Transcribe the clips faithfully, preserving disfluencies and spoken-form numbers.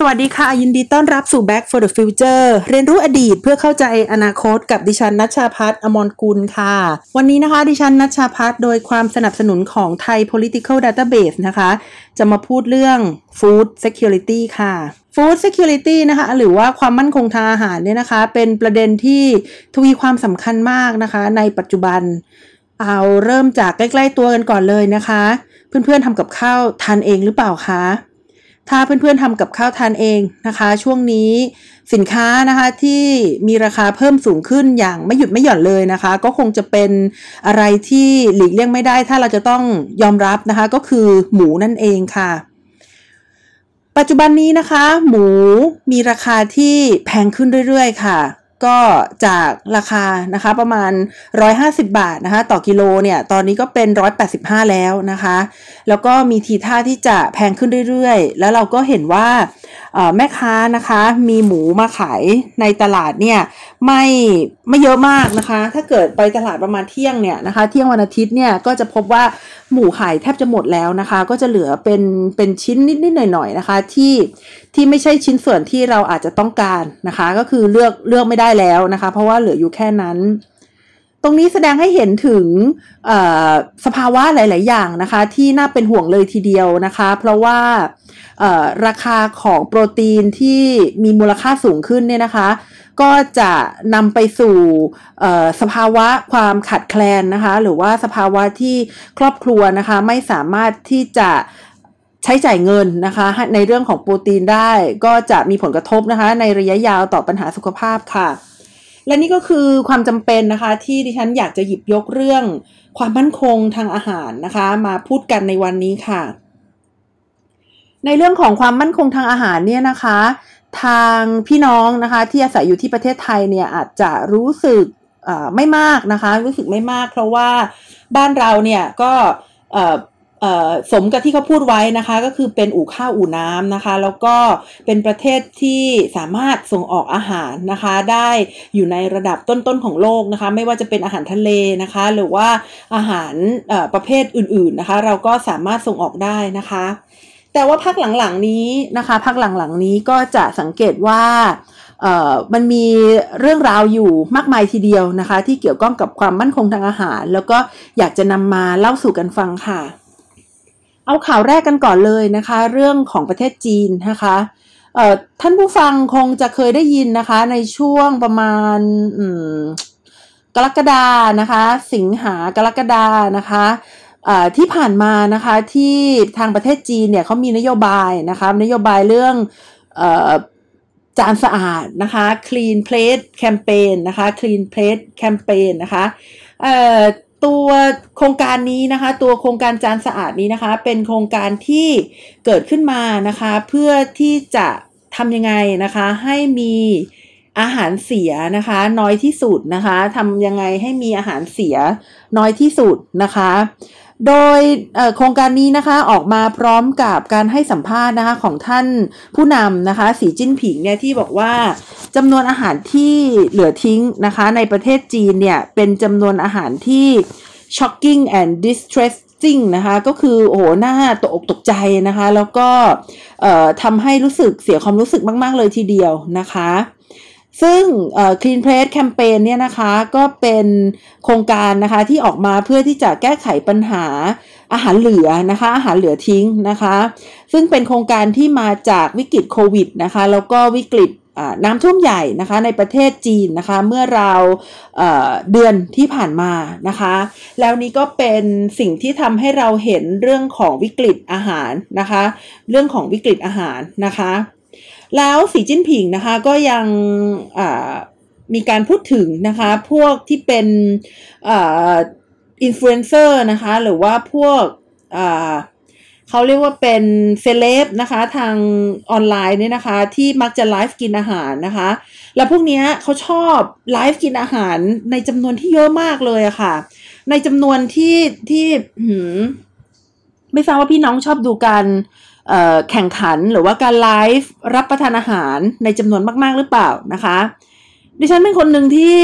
สวัสดีค่ะยินดีต้อนรับสู่ Back for the Future เรียนรู้อดีตเพื่อเข้าใจอนาคตกับดิฉันณัชชาภัทร อมรกุลค่ะวันนี้นะคะดิฉันณัชชาภัทรโดยความสนับสนุนของ Thai Political Database นะคะจะมาพูดเรื่อง Food Security ค่ะ Food Security นะคะหรือว่าความมั่นคงทางอาหารเนี่ยนะคะเป็นประเด็นที่ทวีความสำคัญมากนะคะในปัจจุบันเอาเริ่มจากใกล้ๆตัวกันก่อนเลยนะคะเพื่อนๆทำกับข้าวทานเองหรือเปล่าคะถ้าเพื่อนๆทำกับข้าวทานเองนะคะช่วงนี้สินค้านะคะที่มีราคาเพิ่มสูงขึ้นอย่างไม่หยุดไม่หย่อนเลยนะคะก็คงจะเป็นอะไรที่หลีกเลี่ยงไม่ได้ถ้าเราจะต้องยอมรับนะคะก็คือหมูนั่นเองค่ะปัจจุบันนี้นะคะหมูมีราคาที่แพงขึ้นเรื่อยๆค่ะก็จากราคานะคะประมาณหนึ่งร้อยห้าสิบบาทนะคะต่อกิโลเนี่ยตอนนี้ก็เป็นหนึ่งร้อยแปดสิบห้าแล้วนะคะแล้วก็มีทีท่าที่จะแพงขึ้นเรื่อยๆแล้วเราก็เห็นว่าแม่ค้านะคะมีหมูมาขายในตลาดเนี่ยไม่ไม่เยอะมากนะคะถ้าเกิดไปตลาดประมาณเที่ยงเนี่ยนะคะเที่ยงวันอาทิตย์เนี่ยก็จะพบว่าหมูขายแทบจะหมดแล้วนะคะก็จะเหลือเป็นเป็นชิ้นนิดๆหน่อยๆนะคะที่ที่ไม่ใช่ชิ้นส่วนที่เราอาจจะต้องการนะคะก็คือเลือกเลือกไม่ได้แล้วนะคะเพราะว่าเหลืออยู่แค่นั้นตรงนี้แสดงให้เห็นถึงสภาวะหลายๆอย่างนะคะที่น่าเป็นห่วงเลยทีเดียวนะคะเพราะว่าราคาของโปรตีนที่มีมูลค่าสูงขึ้นเนี่ยนะคะก็จะนำไปสู่สภาวะความขาดแคลนนะคะหรือว่าสภาวะที่ครอบครัวนะคะไม่สามารถที่จะใช้จ่ายเงินนะคะในเรื่องของโปรตีนได้ก็จะมีผลกระทบนะคะในระยะยาวต่อปัญหาสุขภาพค่ะและนี่ก็คือความจำเป็นนะคะที่ดิฉันอยากจะหยิบยกเรื่องความมั่นคงทางอาหารนะคะมาพูดกันในวันนี้ค่ะในเรื่องของความมั่นคงทางอาหารเนี่ยนะคะทางพี่น้องนะคะที่อาศัยอยู่ที่ประเทศไทยเนี่ยอาจจะรู้สึกไม่มากนะคะรู้สึกไม่มากเพราะว่าบ้านเราเนี่ยก็สมกับที่เขาพูดไว้นะคะก็คือเป็นอู่ข้าวอู่น้ำนะคะแล้วก็เป็นประเทศที่สามารถส่งออกอาหารนะคะได้อยู่ในระดับต้นๆของโลกนะคะไม่ว่าจะเป็นอาหารทะเลนะคะหรือว่าอาหารประเภทอื่นๆนะคะเราก็สามารถส่งออกได้นะคะแต่ว่าพักหลังๆนี้นะคะพักหลังๆนี้ก็จะสังเกตว่าเอ่อมันมีเรื่องราวอยู่มากมายทีเดียวนะคะที่เกี่ยวข้องกับความมั่นคงทางอาหารแล้วก็อยากจะนำมาเล่าสู่กันฟังค่ะเอาข่าวแรกกันก่อนเลยนะคะเรื่องของประเทศจีนนะคะเอ่อท่านผู้ฟังคงจะเคยได้ยินนะคะในช่วงประมาณอืมกรกฎานะคะสิงหากรกฎานะคะที่ผ่านมานะคะที่ทางประเทศจีนเนี่ยเขามีนโยบายนะคะนโยบายเรื่องเอ่อจานสะอาดนะคะ Clean Plate Campaign นะคะ Clean Plate Campaign นะคะเอ่อตัวโครงการนี้นะคะตัวโครงการจานสะอาดนี้นะคะเป็นโครงการที่เกิดขึ้นมานะคะเพื่อที่จะทำยังไงนะคะให้มีอาหารเสียนะคะน้อยที่สุดนะคะทำยังไงให้มีอาหารเสียน้อยที่สุดนะคะโดยโครงการนี้นะคะออกมาพร้อมกับการให้สัมภาษณ์นะคะของท่านผู้นำนะคะสีจิ้นผิงเนี่ยที่บอกว่าจำนวนอาหารที่เหลือทิ้งนะคะในประเทศจีนเนี่ยเป็นจำนวนอาหารที่ shocking and distressing นะคะก็คือโอ้โหน่าตกอกตกใจนะคะแล้วก็ทำให้รู้สึกเสียความรู้สึกมากๆเลยทีเดียวนะคะซึ่ง Clean Plate Campaign เนี่ยนะคะก็เป็นโครงการนะคะที่ออกมาเพื่อที่จะแก้ไขปัญหาอาหารเหลือนะคะอาหารเหลือทิ้งนะคะซึ่งเป็นโครงการที่มาจากวิกฤตโควิดนะคะแล้วก็วิกฤตน้ำท่วมใหญ่นะคะในประเทศจีนนะคะเมื่อราวเเดือนที่ผ่านมานะคะแล้วนี้ก็เป็นสิ่งที่ทำให้เราเห็นเรื่องของวิกฤตอาหารนะคะเรื่องของวิกฤตอาหารนะคะแล้วสีจิ้นผิงนะคะก็ยังมีการพูดถึงนะคะพวกที่เป็นอินฟลูเอนเซอร์นะคะหรือว่าพวกเขาเรียกว่าเป็นเซเลบนะคะทางออนไลน์เนี่ยนะคะที่มักจะไลฟ์กินอาหารนะคะแล้วพวกนี้เขาชอบไลฟ์กินอาหารในจำนวนที่เยอะมากเลยอะค่ะในจำนวนที่ที่ไม่ทราบว่าพี่น้องชอบดูการแข่งขันหรือว่าการไลฟ์รับประทานอาหารในจำนวนมากๆหรือเปล่านะคะดิฉันเป็นคนหนึ่งที่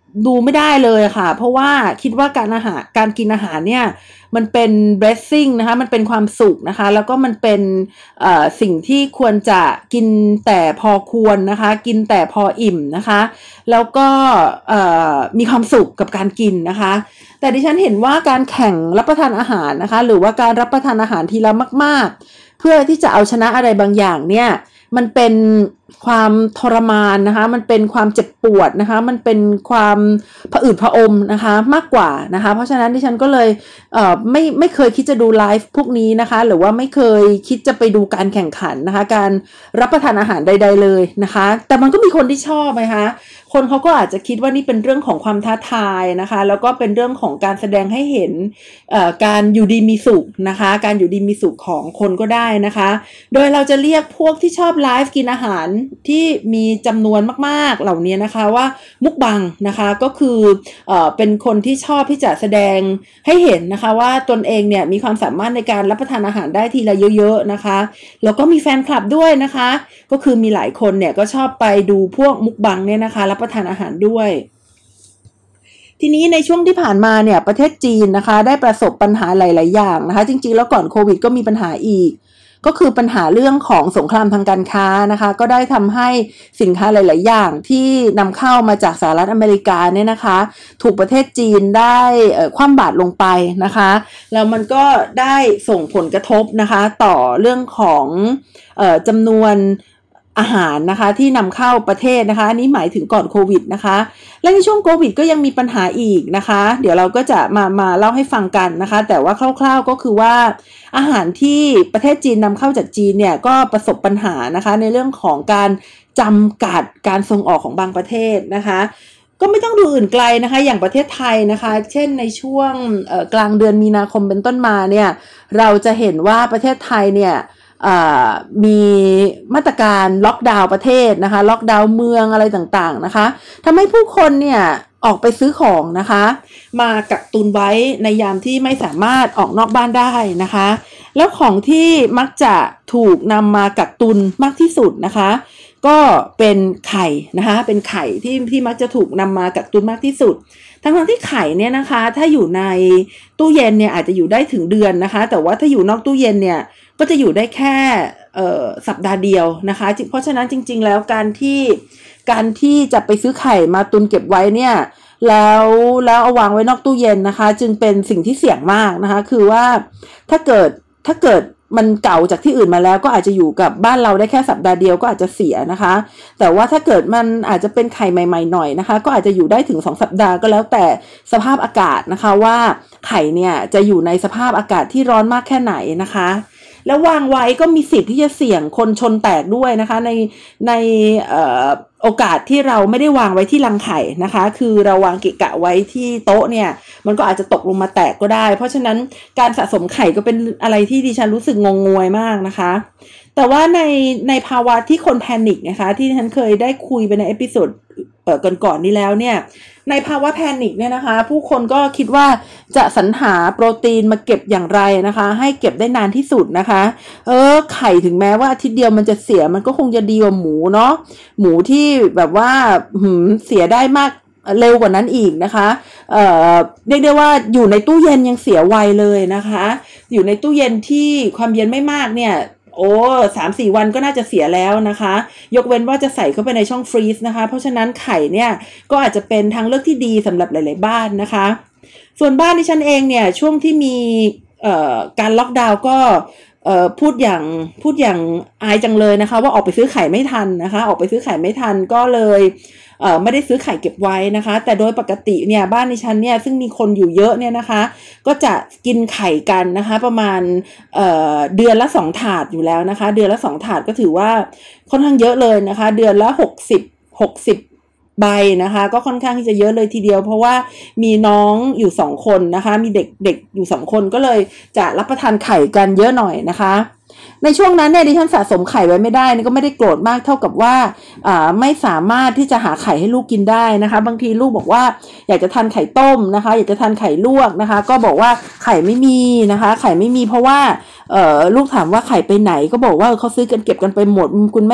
ดูไม่ได้เลยค่ะเพราะว่าคิดว่าการอาหารการกินอาหารเนี่ยมันเป็น blessing นะคะมันเป็นความสุขนะคะแล้วก็มันเป็นเอ่อสิ่งที่ควรจะกินแต่พอควรนะคะกินแต่พออิ่มนะคะแล้วก็เอ่อมีความสุขกับการกินนะคะแต่ดิฉันเห็นว่าการแข่งรับประทานอาหารนะคะหรือว่าการรับประทานอาหารทีละมากๆเพื่อที่จะเอาชนะอะไรบางอย่างเนี่ยมันเป็นความทรมานนะคะมันเป็นความเจ็บปวดนะคะมันเป็นความผะอืดผะอมนะคะมากกว่านะคะเพราะฉะนั้นดิฉันก็เลยเอ่อไม่ไม่เคยคิดจะดูไลฟ์พวกนี้นะคะหรือว่าไม่เคยคิดจะไปดูการแข่งขันนะคะการรับประทานอาหารใดๆเลยนะคะแต่มันก็มีคนที่ชอบนะคะคนเขาก็อาจจะคิดว่านี่เป็นเรื่องของความท้าทายนะคะแล้วก็เป็นเรื่องของการแสดงให้เห็นเอ่อการอยู่ดีมีสุขนะคะการอยู่ดีมีสุขของคนก็ได้นะคะโดยเราจะเรียกพวกที่ชอบไลฟ์กินอาหารที่มีจำนวนมากๆเหล่านี้นะคะว่ามุกบังนะคะก็คือเอ่อเป็นคนที่ชอบที่จะแสดงให้เห็นนะคะว่าตนเองเนี่ยมีความสามารถในการรับประทานอาหารได้ทีละเยอะๆนะคะแล้วก็มีแฟนคลับด้วยนะคะก็คือมีหลายคนเนี่ยก็ชอบไปดูพวกมุกบังเนี่ยนะคะรับประทานอาหารด้วยทีนี้ในช่วงที่ผ่านมาเนี่ยประเทศจีนนะคะได้ประสบปัญหาหลายๆอย่างนะคะจริงๆแล้วก่อนโควิดก็มีปัญหาอีกก็คือปัญหาเรื่องของสงครามทางการค้านะคะก็ได้ทำให้สินค้าหลายๆอย่างที่นำเข้ามาจากสหรัฐอเมริกาเนี่ยนะคะถูกประเทศจีนได้คว่ำบาตรลงไปนะคะแล้วมันก็ได้ส่งผลกระทบนะคะต่อเรื่องของเอ่อจำนวนอาหารนะคะที่นำเข้าประเทศนะคะอันนี้หมายถึงก่อนโควิดนะคะและในช่วงโควิดก็ยังมีปัญหาอีกนะคะเดี๋ยวเราก็จะมามาเล่าให้ฟังกันนะคะแต่ว่าคร่าวๆก็คือว่าอาหารที่ประเทศจีนนำเข้าจากจีนเนี่ยก็ประสบปัญหานะคะในเรื่องของการจำกัดการส่งออกของบางประเทศนะคะก็ไม่ต้องดูอื่นไกลนะคะอย่างประเทศไทยนะคะเช่นในช่วงกลางเดือนมีนาคมเป็นต้นมาเนี่ยเราจะเห็นว่าประเทศไทยเนี่ยมีมาตรการล็อกดาวน์ประเทศนะคะล็อกดาวน์เมืองอะไรต่างๆนะคะทำให้ผู้คนเนี่ยออกไปซื้อของนะคะมากักตุนไว้ในยามที่ไม่สามารถออกนอกบ้านได้นะคะแล้วของที่มักจะถูกนำมากักตุนมากที่สุดนะคะก็เป็นไข่นะคะเป็นไข่ที่ที่มักจะถูกนำมากักตุนมากที่สุดทั้งๆที่ไข่เนี่ยนะคะถ้าอยู่ในตู้เย็นเนี่ยอาจจะอยู่ได้ถึงเดือนนะคะแต่ว่าถ้าอยู่นอกตู้เย็นเนี่ยก็จะอยู่ได้แค่สัปดาห์เดียวนะคะเพราะฉะนั้นจริงๆแล้วการที่การที่จะไปซื้อไข่มาตุนเก็บไว้เนี่ยแล้วแล้วเอาวางไว้นอกตู้เย็นนะคะจึงเป็นสิ่งที่เสี่ยงมากนะคะคือว่าถ้าเกิดถ้าเกิดมันเก่าจากที่อื่นมาแล้วก็อาจจะอยู่กับบ้านเราได้แค่สัปดาห์เดียวก็อาจจะเสียนะคะแต่ว่าถ้าเกิดมันอาจจะเป็นไข่ใหม่ๆหน่อยนะคะก็อาจจะอยู่ได้ถึงสองสัปดาห์ก็แล้วแต่สภาพอากาศนะคะว่าไข่เนี่ยจะอยู่ในสภาพอากาศที่ร้อนมากแค่ไหนนะคะแล้ววางไว้ก็มีสิทธิ์ที่จะเสี่ยงคนชนแตกด้วยนะคะในในเอ่อโอกาสที่เราไม่ได้วางไว้ที่รังไข่นะคะคือเราวางเกะกะไว้ที่โต๊ะเนี่ยมันก็อาจจะตกลงมาแตกก็ได้เพราะฉะนั้นการสะสมไข่ก็เป็นอะไรที่ดิฉันรู้สึกงงงวยมากนะคะแต่ว่าในในภาวะที่คนแพนิคนะคะที่ดิฉันเคยได้คุยไปในเอพิโซดเอ่อก่อนๆนี้แล้วเนี่ยในภาวะแพนิคเนี่ยนะคะผู้คนก็คิดว่าจะสรรหาโปรตีนมาเก็บอย่างไรนะคะให้เก็บได้นานที่สุดนะคะเออไข่ถึงแม้ว่าอาทิตย์เดียวมันจะเสียมันก็คงจะดีกว่าหมูเนาะหมูที่แบบว่าหืมเสียได้มากเร็วกว่านั้นอีกนะคะเอ่อเรียกได้ว่าอยู่ในตู้เย็นยังเสียไวเลยนะคะอยู่ในตู้เย็นที่ความเย็นไม่มากเนี่ยโอ้สามสี่วันก็น่าจะเสียแล้วนะคะยกเว้นว่าจะใส่เข้าไปในช่องฟรีซนะคะเพราะฉะนั้นไข่เนี่ยก็อาจจะเป็นทางเลือกที่ดีสำหรับหลายๆบ้านนะคะส่วนบ้านที่ฉันเองเนี่ยช่วงที่มีเอ่อการล็อกดาวน์ก็เอ่อพูดอย่างพูดอย่างอายจังเลยนะคะว่าออกไปซื้อไข่ไม่ทันนะคะออกไปซื้อไข่ไม่ทันก็เลยเอ่อไม่ได้ซื้อไข่เก็บไว้นะคะแต่โดยปกติเนี่ยบ้านดิฉันเนี่ยซึ่งมีคนอยู่เยอะเนี่ยนะคะก็จะกินไข่กันนะคะประมาณเอ่อเดือนละสองถาดอยู่แล้วนะคะเดือนละสองถาดก็ถือว่าค่อนข้างเยอะเลยนะคะเดือนละหกสิบ หกสิบใบนะคะก็ค่อนข้างที่จะเยอะเลยทีเดียวเพราะว่ามีน้องอยู่สองคนนะคะมีเด็กเด็กอยู่สองคนก็เลยจะรับประทานไข่กันเยอะหน่อยนะคะในช่วงนั้นเนี่ยดิฉันสะสมไข่ไว้ไม่ได้นี่ก็ไม่ได้โกรธมากเท่ากับว่าอ่าไม่สามารถที่จะหาไข่ให้ลูกกินได้นะคะบางทีลูกบอกว่าอยากจะทานไข่ต้มนะคะอยากจะทานไข่ลวกนะคะก็บอกว่าไข่ไม่มีนะคะไข่ไม่มีเพราะว่าเอ่อลูกถามว่าไข่ไปไหนก็บอกว่าเขาซื้อกันเก็บกันไปหมดคุณแม่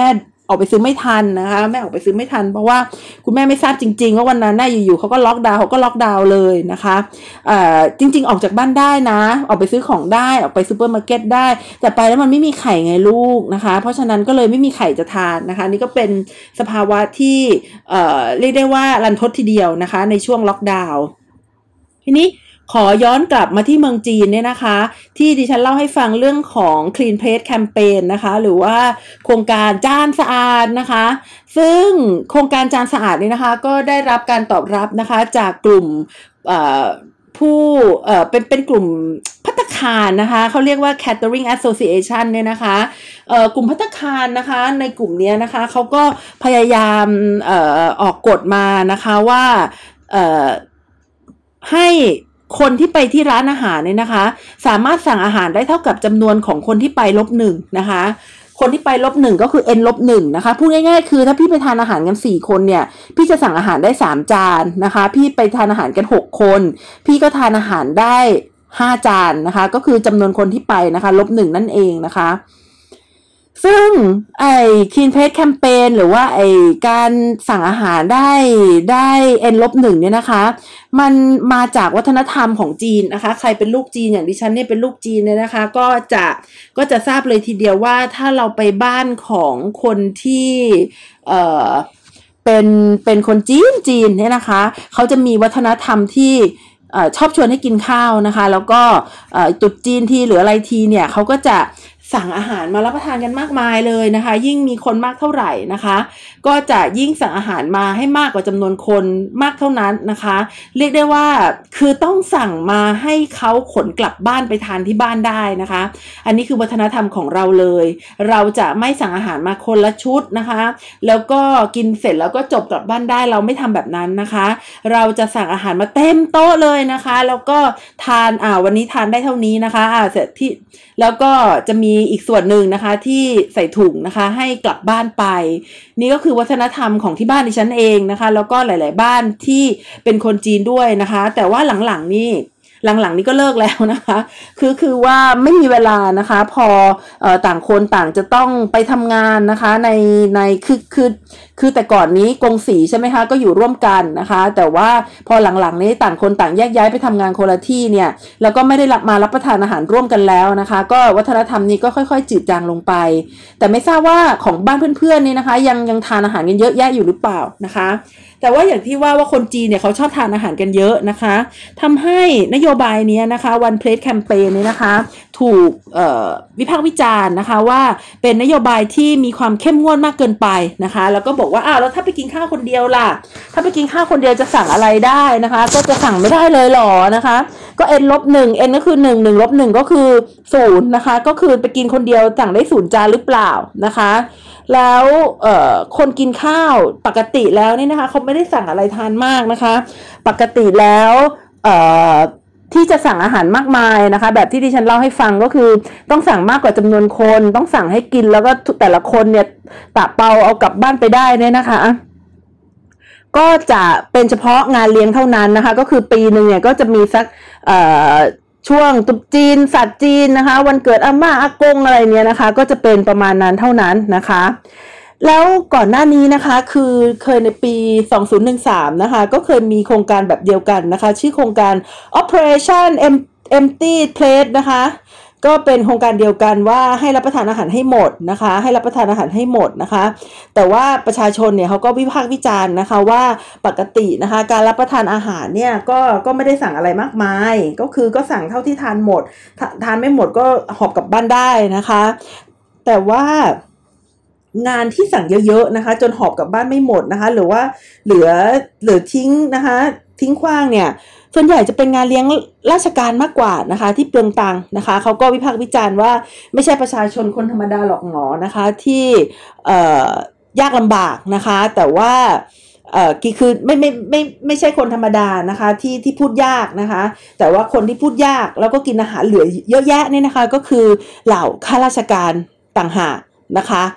ออกไปซื้อไม่ทันนะคะแม่ออกไปซื้อไม่ทันเพราะว่าคุณแม่ไม่ทราบจริงๆว่าวันนั้นน่ะอยู่ๆเขาก็ล็อกดาวน์เขาก็ล็อกดาวน์เลยนะคะเอ่อจริงๆออกจากบ้านได้นะออกไปซื้อของได้ออกไปซูเปอร์มาร์เก็ตได้แต่ไปแล้วมันไม่มีไข่ไงลูกนะคะเพราะฉะนั้นก็เลยไม่มีไข่จะทานนะคะนี่ก็เป็นสภาวะที่เอ่อเรียกได้ว่ารันทดทีเดียวนะคะในช่วงล็อกดาวน์ทีนี้ขอย้อนกลับมาที่เมืองจีนเนี่ยนะคะที่ดิฉันเล่าให้ฟังเรื่องของ Clean Plate Campaign นะคะหรือว่าโครงการจานสะอาดนะคะซึ่งโครงการจานสะอาดนี่นะคะก็ได้รับการตอบรับนะคะจากกลุ่มผู้เอ่อเป็นเป็นกลุ่มภัตตาคารนะคะเขาเรียกว่า Catering Association เนี่ยนะคะเอ่อกลุ่มภัตตาคารนะคะในกลุ่มนี้นะคะเขาก็พยายามเอ่อออกกฎมานะคะว่าเอ่อให้คนที่ไปที่ร้านอาหารเนี่ยนะคะสามารถสั่งอาหารได้เท่ากับจำนวนของคนที่ไปลบหนึ่งนะคะคนที่ไปลบหนึ่งก็คือ n ลบหนึ่งนะคะพูดง่ายๆคือถ้าพี่ไปทานอาหารกันสี่คนเนี่ยพี่จะสั่งอาหารได้สามจานนะคะพี่ไปทานอาหารกันหกคนพี่ก็ทานอาหารได้ห้าจานนะคะก็คือจำนวนคนที่ไปนะคะลบหนึ่งนั่นเองนะคะซึ่งไอ้ Clean Plate Campaign หรือว่าไอ้การสั่งอาหารได้ได้ n ลบหนึ่งเนี่ยนะคะมันมาจากวัฒนธรรมของจีนนะคะใครเป็นลูกจีนอย่างดิฉันเนี่ยเป็นลูกจีนเนี่ยนะคะก็จะก็จะทราบเลยทีเดียวว่าถ้าเราไปบ้านของคนที่เอ่อเป็นเป็นคนจีนจีนเนี่ยนะคะเขาจะมีวัฒนธรรมที่ชอบชวนให้กินข้าวนะคะแล้วก็ตุ๊ดจีนทีหรืออะไรทีเนี่ยเขาก็จะสั่งอาหารมารับประทานกันมากมายเลยนะคะยิ่งมีคนมากเท่าไหร่นะคะก็จะยิ่งสั่งอาหารมาให้มากกว่าจำนวนคนมากเท่านั้นนะคะเรียกได้ว่าคือต้องสั่งมาให้เขาขนกลับบ้านไปทานที่บ้านได้นะคะอันนี้คือวัฒนธรรมของเราเลยเราจะไม่สั่งอาหารมาคนละชุดนะคะแล้วก็กินเสร็จแล้วก็จบกลับบ้านได้เราไม่ทำแบบนั้นนะคะเราจะสั่งอาหารมาเต็มโต๊ะเลยนะคะแล้วก็ทานอ่าวันนี้ทานได้เท่านี้นะคะอ่าเสร็จที่แล้วก็จะมีอีกส่วนหนึ่งนะคะที่ใส่ถุงนะคะให้กลับบ้านไปนี่ก็คือวัฒนธรรมของที่บ้านดิฉันเองนะคะแล้วก็หลายๆบ้านที่เป็นคนจีนด้วยนะคะแต่ว่าหลังๆนี่หลังๆนี้ก็เลิกแล้วนะคะคือคือว่าไม่มีเวลานะคะพอเอ่อต่างคนต่างจะต้องไปทำงานนะคะในในคือคือคือแต่ก่อนนี้กงสีใช่ไหมคะก็อยู่ร่วมกันนะคะแต่ว่าพอหลังๆนี้ต่างคนต่างแยกย้ายไปทำงานคนละที่เนี่ยแล้วก็ไม่ได้รับมารับประทานอาหารร่วมกันแล้วนะคะก็วัฒนธรรมนี้ก็ค่อยๆจืดจางลงไปแต่ไม่ทราบว่าของบ้านเพื่อนๆนี่นะคะยังยังทานอาหารกันเยอะแยะอยู่หรือเปล่านะคะแต่ว่าอย่างที่ว่าว่าคนจีนเนี่ยเขาชอบทานอาหารกันเยอะนะคะทำให้นโยบายนี้นะคะ One Plate Campaign นี้นะคะถูกวิพากษ์วิจารณ์นะคะว่าเป็นนโยบายที่มีความเข้มงวดมากเกินไปนะคะแล้วก็บอกว่าอ้าวแล้วถ้าไปกินข้าวคนเดียวล่ะถ้าไปกินข้าวคนเดียวจะสั่งอะไรได้นะคะก็จะสั่งไม่ได้เลยหรอนะคะก็ n ลบหนึ่ง n ก็คือหนึ่ง หนึ่งลบหนึ่งก็คือศูนย์นะคะก็คือไปกินคนเดียวสั่งได้ศูนย์จานหรือเปล่านะคะแล้วเอ่อคนกินข้าวปกติแล้วนี่นะคะเขาไม่ได้สั่งอะไรทานมากนะคะปกติแล้วเอ่อที่จะสั่งอาหารมากมายนะคะแบบที่ดิฉันเล่าให้ฟังก็คือต้องสั่งมากกว่าจำนวนคนต้องสั่งให้กินแล้วก็แต่ละคนเนี่ยตะเปาเอากลับบ้านไปได้เนี่ยนะคะก็จะเป็นเฉพาะงานเลี้ยงเท่านั้นนะคะก็คือปีหนึ่งเนี่ยก็จะมีสักเอ่อช่วงตรุษจีนศาสตร์จีนนะคะวันเกิดอาม่าอากงอะไรเนี่ยนะคะก็จะเป็นประมาณนั้นเท่านั้นนะคะแล้วก่อนหน้านี้นะคะคือเคยในปีสองพันสิบสามนะคะก็เคยมีโครงการแบบเดียวกันนะคะชื่อโครงการ Operation Empty Plate นะคะก็เป็นโครงการเดียวกันว่าให้รับประทานอาหารให้หมดนะคะให้รับประทานอาหารให้หมดนะคะแต่ว่าประชาชนเนี่ยเขาก็วิพากษ์วิจารณ์นะคะว่าปกตินะคะการรับประทานอาหารเนี่ยก็ก็ไม่ได้สั่งอะไรมากมายก็คือก็สั่งเท่าที่ทานหมดทานไม่หมดก็หอบกลับบ้านได้นะคะแต่ว่างานที่สั่งเยอะๆนะคะจนหอบกลับบ้านไม่หมดนะคะหรือว่าเหลือเหลือทิ้งนะคะทิ้งขว้างเนี่ยส่วนใหญ่จะเป็นงานเลี้ยงราชการมากกว่านะคะที่เปลืองตังค์นะคะเขาก็วิพากษ์วิจารณ์ว่าไม่ใช่ประชาชนคนธรรมดาหรอกหนอนะคะที่เอ่อยากลำบากนะคะแต่ว่าเอ่อคือไม่ไม่ไม่ไม่ใช่คนธรรมดานะคะที่ที่พูดยากนะคะแต่ว่าคนที่พูดยากแล้วก็กินอาหารเหลือเยอะแยะนี่นะคะก็คือเหล่าข้าราชการต่างหากนะคะ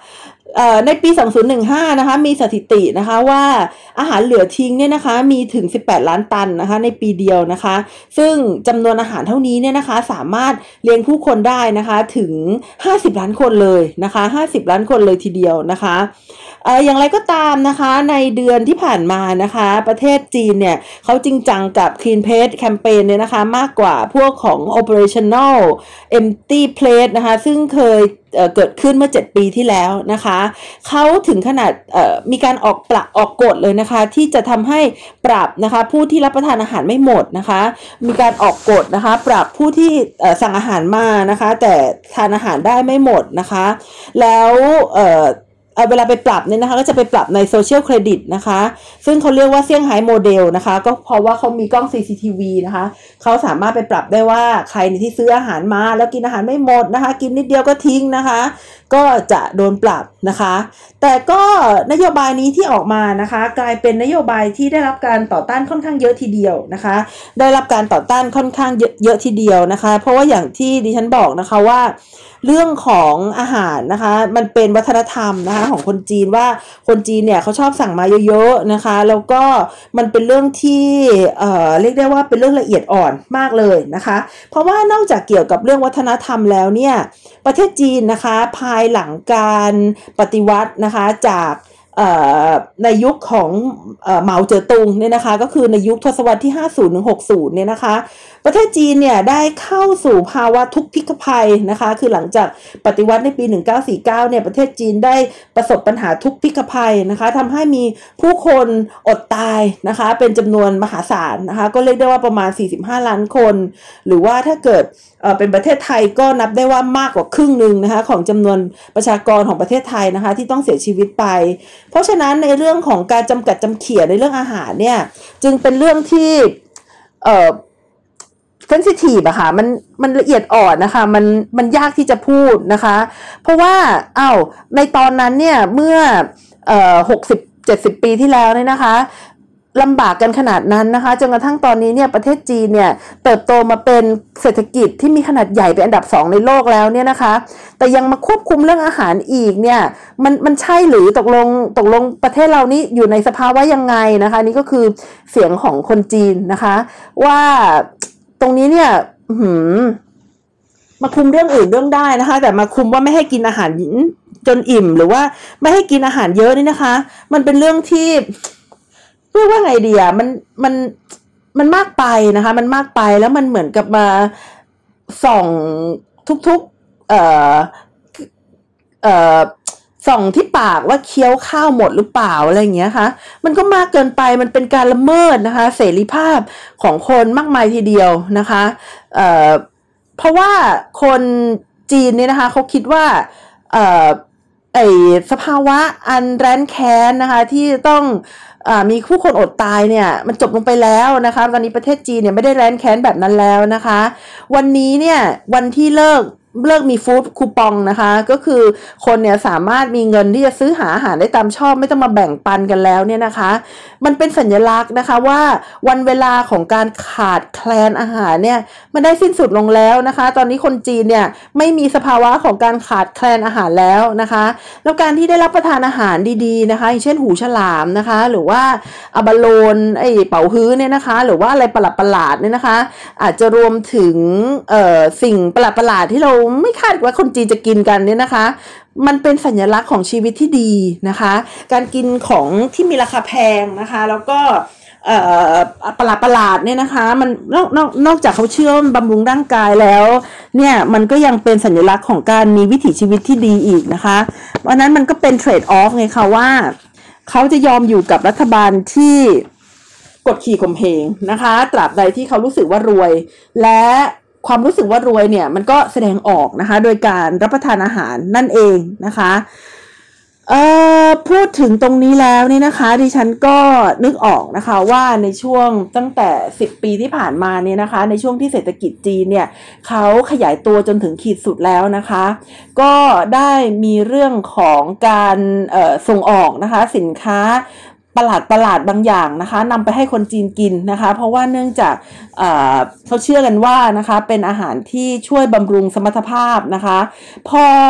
ในปีสองพันสิบห้านะคะมีสถิตินะคะว่าอาหารเหลือทิ้งเนี่ยนะคะมีถึงสิบแปดล้านตันนะคะในปีเดียวนะคะซึ่งจำนวนอาหารเท่านี้เนี่ยนะคะสามารถเลี้ยงผู้คนได้นะคะถึงห้าสิบล้านคนเลยนะคะห้าสิบล้านคนเลยทีเดียวนะคะเอ่ออย่างไรก็ตามนะคะในเดือนที่ผ่านมานะคะประเทศจีนเนี่ยเขาจริงจังกับ Clean Plate Campaign เนี่ยนะคะมากกว่าพวกของ Operational Empty Plate นะคะซึ่งเคยเอ่อเกิดขึ้นเมื่อเจ็ดปีที่แล้วนะคะเขาถึงขนาดเอ่อมีการออกปรับออกกฎเลยนะคะที่จะทำให้ปรับนะคะผู้ที่รับประทานอาหารไม่หมดนะคะมีการออกกฎนะคะปรับผู้ที่เอ่อสั่งอาหารมานะคะแต่ทานอาหารได้ไม่หมดนะคะแล้วเอ่อเวลาไปปรับเนี่ยนะคะก็จะไปปรับในโซเชียลเครดิตนะคะซึ่งเขาเรียกว่าเซี่ยงไฮ้โมเดลนะคะก็เพราะว่าเขามีกล้อง ซี ซี ที วี นะคะเขาสามารถไปปรับได้ว่าใครที่ซื้ออาหารมาแล้วกินอาหารไม่หมดนะคะกินนิดเดียวก็ทิ้งนะคะก็จะโดนปรับนะคะแต่ก็นโยบายนี้ที่ออกมานะคะกลายเป็นนโยบายที่ได้รับการต่อต้านค่อนข้างเยอะทีเดียวนะคะได้รับการต่อต้านค่อนข้างเยอะเยอะทีเดียวนะคะเพราะว่าอย่างที่ดิฉันบอกนะคะว่าเรื่องของอาหารนะคะมันเป็นวัฒนธรรมนะคะของคนจีนว่าคนจีนเนี่ยเขาชอบสั่งมาเยอะๆนะคะแล้วก็มันเป็นเรื่องที่เอ่อเรียกได้ว่าเป็นเรื่องละเอียดอ่อนมากเลยนะคะเพราะว่านอกจากเกี่ยวกับเรื่องวัฒนธรรมแล้วเนี่ยประเทศจีนนะคะภายหลังการปฏิวัตินะคะจากในยุคของเหมาเจ๋อตุงเนี่ยนะคะก็คือในยุคทศวรรษที่ห้าสิบถึงหกสิบเนี่ยนะคะประเทศจีนเนี่ยได้เข้าสู่ภาวะทุกพิกภัยนะคะคือหลังจากปฏิวัติในปีหนึ่งเก้าสี่เก้าเนี่ยประเทศจีนได้ประสบปัญหาทุกพิกภัยนะคะทำให้มีผู้คนอดตายนะคะเป็นจำนวนมหาศาลนะคะก็เรียกได้ว่าประมาณสี่สิบห้าล้านคนหรือว่าถ้าเกิดเอ่อเป็นประเทศไทยก็นับได้ว่ามากกว่าครึ่งหนึ่งนะคะของจำนวนประชากรของประเทศไทยนะคะที่ต้องเสียชีวิตไปเพราะฉะนั้นในเรื่องของการจำกัดจำเขี่ยในเรื่องอาหารเนี่ยจึงเป็นเรื่องที่เอ่อเซนซิทีฟอะค่ะมันมันละเอียดอ่อนนะคะมันมันยากที่จะพูดนะคะเพราะว่าอ้าวในตอนนั้นเนี่ยเมื่อเอ่อหกสิบเจ็ดสิบปีที่แล้วเนี่ยนะคะลำบากกันขนาดนั้นนะคะจนกระทั่งตอนนี้เนี่ยประเทศจีนเนี่ยเติบโตมาเป็นเศรษฐกิจที่มีขนาดใหญ่เป็นอันดับสองในโลกแล้วเนี่ยนะคะแต่ยังมาควบคุมเรื่องอาหารอีกเนี่ยมันมันใช่หรือตกลงตกลงประเทศเรานี่อยู่ในสภาวะยังไงนะคะนี่ก็คือเสียงของคนจีนนะคะว่าตรงนี้เนี่ยหืมมาคุมเรื่องอื่นเรื่องได้นะคะแต่มาคุมว่าไม่ให้กินอาหารจนอิ่มหรือว่าไม่ให้กินอาหารเยอะนี่นะคะมันเป็นเรื่องที่เรียกว่าไงดีอ่ะมันมันมันมากไปนะคะมันมากไปแล้วมันเหมือนกับมาส่องทุกๆเอ่อเอ่อส่องที่ปากว่าเคี้ยวข้าวหมดหรือเปล่าอะไรอย่างเงี้ยค่ะมันก็มากเกินไปมันเป็นการละเมิดนะคะเสรีภาพของคนมากมายทีเดียวนะคะเอ่อเพราะว่าคนจีนเนี่ยนะคะเขาคิดว่าเอ่อไอสภาวะอันแร้นแค้นนะคะที่ต้องมีผู้คนอดตายเนี่ยมันจบลงไปแล้วนะคะตอนนี้ประเทศจีนเนี่ยไม่ได้แร้นแค้นแบบนั้นแล้วนะคะวันนี้เนี่ยวันที่เลิกเลิกมีฟู้ดคูปองนะคะก็คือคนเนี่ยสามารถมีเงินที่จะซื้อหาอาหารได้ตามชอบไม่ต้องมาแบ่งปันกันแล้วเนี่ยนะคะมันเป็นสัญลักษณ์นะคะว่าวันเวลาของการขาดแคลนอาหารเนี่ยมันได้สิ้นสุดลงแล้วนะคะตอนนี้คนจีนเนี่ยไม่มีสภาวะของการขาดแคลนอาหารแล้วนะคะแล้วการที่ได้รับประทานอาหารดีๆนะคะอย่างเช่นหูฉลามนะคะหรือว่าอะบาโลนไอเป๋าฮื้อเนี่ยนะคะหรือว่าอะไรประหลาดๆเนี่ยนะคะอาจจะรวมถึงเอ่อสิ่งประหลาดๆที่เราไม่คาดว่าคนจีนจะกินกันเนี่ยนะคะมันเป็นสัญลักษณ์ของชีวิตที่ดีนะคะการกินของที่มีราคาแพงนะคะแล้วก็เอ่อประหลาดประหลาดเนี่ยนะคะมันนอกนอกนอกจากเขาเชื่อบำรุงร่างกายแล้วเนี่ยมันก็ยังเป็นสัญลักษณ์ของการมีวิถีชีวิตที่ดีอีกนะคะเพราะนั้นมันก็เป็นเทรดออฟไงคะว่าเขาจะยอมอยู่กับรัฐบาลที่กดขี่ข่มเหงนะคะตราบใดที่เขารู้สึกว่ารวยและความรู้สึกว่ารวยเนี่ยมันก็แสดงออกนะคะโดยการรับประทานอาหารนั่นเองนะคะเอ่อพูดถึงตรงนี้แล้วนี่นะคะดิฉันก็นึกออกนะคะว่าในช่วงตั้งแต่สิบปีที่ผ่านมาเนี่ยนะคะในช่วงที่เศรษฐกิจจีนเนี่ยเขาขยายตัวจนถึงขีดสุดแล้วนะคะก็ได้มีเรื่องของการเอ่อส่งออกนะคะสินค้าประหลาดประหลาดบางอย่างนะคะนำไปให้คนจีนกินนะคะเพราะว่าเนื่องจากเอ่อเขาเชื่อกันว่านะคะเป็นอาหารที่ช่วยบำรุงสมรรถภาพนะคะพอ